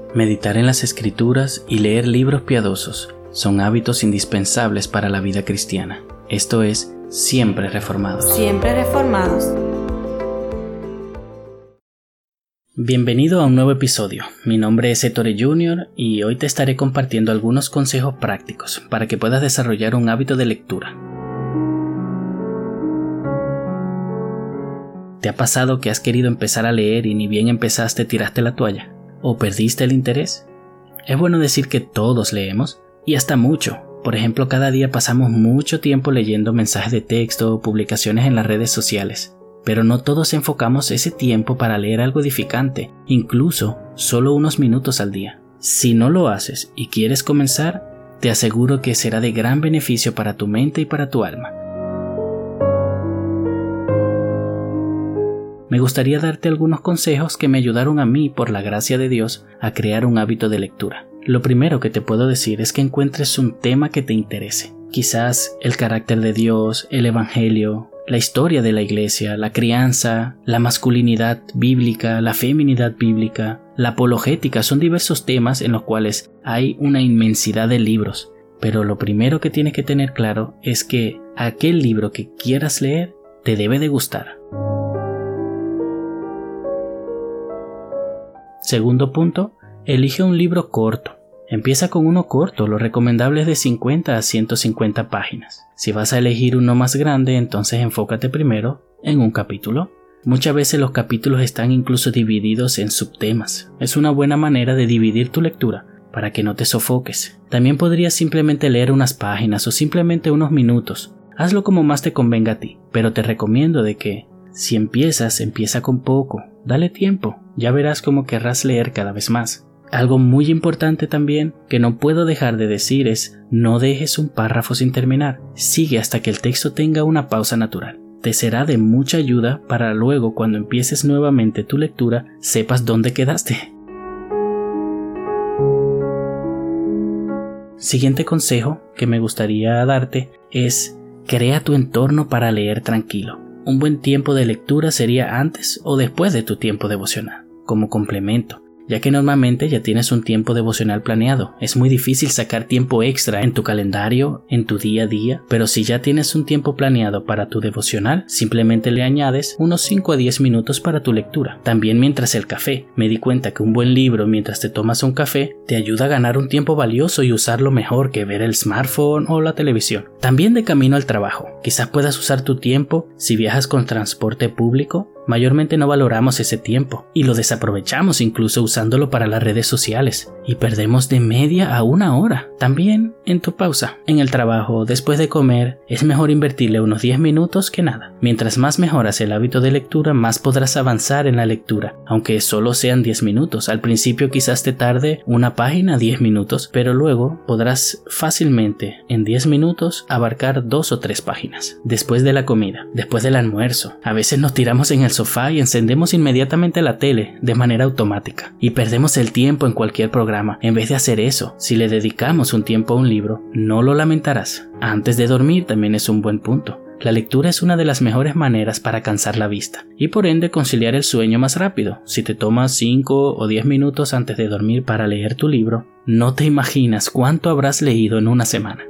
Meditar en las Escrituras y leer libros piadosos son hábitos indispensables para la vida cristiana. Esto es, Siempre Reformados. Siempre Reformados. Bienvenido a un nuevo episodio. Mi nombre es Ettore Jr. y hoy te estaré compartiendo algunos consejos prácticos para que puedas desarrollar un hábito de lectura. ¿Te ha pasado que has querido empezar a leer y ni bien empezaste tiraste la toalla? ¿O perdiste el interés? Es bueno decir que todos leemos, y hasta mucho. Por ejemplo, cada día pasamos mucho tiempo leyendo mensajes de texto o publicaciones en las redes sociales. Pero no todos enfocamos ese tiempo para leer algo edificante, incluso solo unos minutos al día. Si no lo haces y quieres comenzar, te aseguro que será de gran beneficio para tu mente y para tu alma. Me gustaría darte algunos consejos que me ayudaron a mí, por la gracia de Dios, a crear un hábito de lectura. Lo primero que te puedo decir es que encuentres un tema que te interese. Quizás el carácter de Dios, el Evangelio, la historia de la iglesia, la crianza, la masculinidad bíblica, la feminidad bíblica, la apologética. Son diversos temas en los cuales hay una inmensidad de libros. Pero lo primero que tienes que tener claro es que aquel libro que quieras leer te debe de gustar. Segundo punto, elige un libro corto. Empieza con uno corto, lo recomendable es de 50 a 150 páginas. Si vas a elegir uno más grande, entonces enfócate primero en un capítulo. Muchas veces los capítulos están incluso divididos en subtemas. Es una buena manera de dividir tu lectura, para que no te sofoques. También podrías simplemente leer unas páginas o simplemente unos minutos. Hazlo como más te convenga a ti, pero te recomiendo de que si empieza con poco. Dale tiempo, ya verás cómo querrás leer cada vez más. Algo muy importante también que no puedo dejar de decir es: no dejes un párrafo sin terminar. Sigue hasta que el texto tenga una pausa natural. Te será de mucha ayuda para luego, cuando empieces nuevamente tu lectura, sepas dónde quedaste. Siguiente consejo que me gustaría darte es: crea tu entorno para leer tranquilo. Un buen tiempo de lectura sería antes o después de tu tiempo devocional, como complemento, ya que normalmente ya tienes un tiempo devocional planeado. Es muy difícil sacar tiempo extra en tu calendario, en tu día a día, pero si ya tienes un tiempo planeado para tu devocional, simplemente le añades unos 5 a 10 minutos para tu lectura. También mientras el café. Me di cuenta que un buen libro mientras te tomas un café te ayuda a ganar un tiempo valioso y usarlo mejor que ver el smartphone o la televisión. También de camino al trabajo. Quizás puedas usar tu tiempo si viajas con transporte público. Mayormente no valoramos ese tiempo y lo desaprovechamos incluso usándolo para las redes sociales y perdemos de media a 1 hora. También en tu pausa, en el trabajo, después de comer, es mejor invertirle unos 10 minutos que nada. Mientras más mejoras el hábito de lectura, más podrás avanzar en la lectura, aunque solo sean 10 minutos. Al principio quizás te tarde una página 10 minutos, pero luego podrás fácilmente en 10 minutos abarcar 2 o 3 páginas. Después de la comida, después del almuerzo, a veces nos tiramos en el sofá y encendemos inmediatamente la tele de manera automática y perdemos el tiempo en cualquier programa. En vez de hacer eso, si le dedicamos un tiempo a un libro, no lo lamentarás. Antes de dormir también es un buen punto. La lectura es una de las mejores maneras para cansar la vista y por ende conciliar el sueño más rápido. Si te tomas 5 o 10 minutos antes de dormir para leer tu libro, no te imaginas cuánto habrás leído en una semana.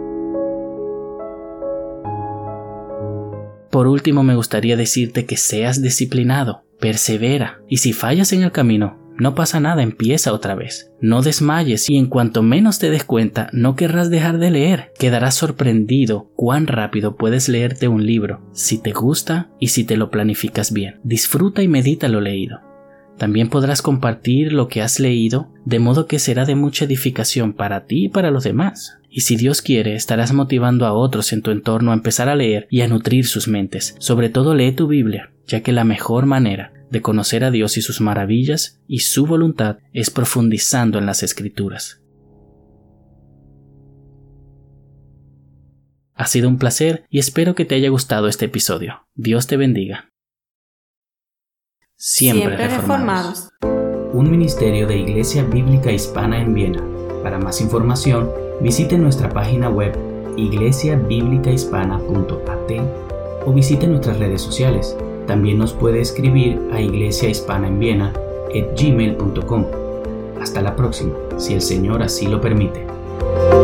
Por último, me gustaría decirte que seas disciplinado, persevera, y si fallas en el camino, no pasa nada, empieza otra vez. No desmayes y en cuanto menos te des cuenta, no querrás dejar de leer. Quedarás sorprendido cuán rápido puedes leerte un libro, si te gusta y si te lo planificas bien. Disfruta y medita lo leído. También podrás compartir lo que has leído, de modo que será de mucha edificación para ti y para los demás. Y si Dios quiere, estarás motivando a otros en tu entorno a empezar a leer y a nutrir sus mentes. Sobre todo lee tu Biblia, ya que la mejor manera de conocer a Dios y sus maravillas y su voluntad es profundizando en las Escrituras. Ha sido un placer y espero que te haya gustado este episodio. Dios te bendiga. Siempre Reformados. Un ministerio de Iglesia Bíblica Hispana en Viena. Para más información, visite nuestra página web iglesiabiblicahispana.at o visite nuestras redes sociales. También nos puede escribir a iglesiahispanaenviena@gmail.com. Hasta la próxima, si el Señor así lo permite.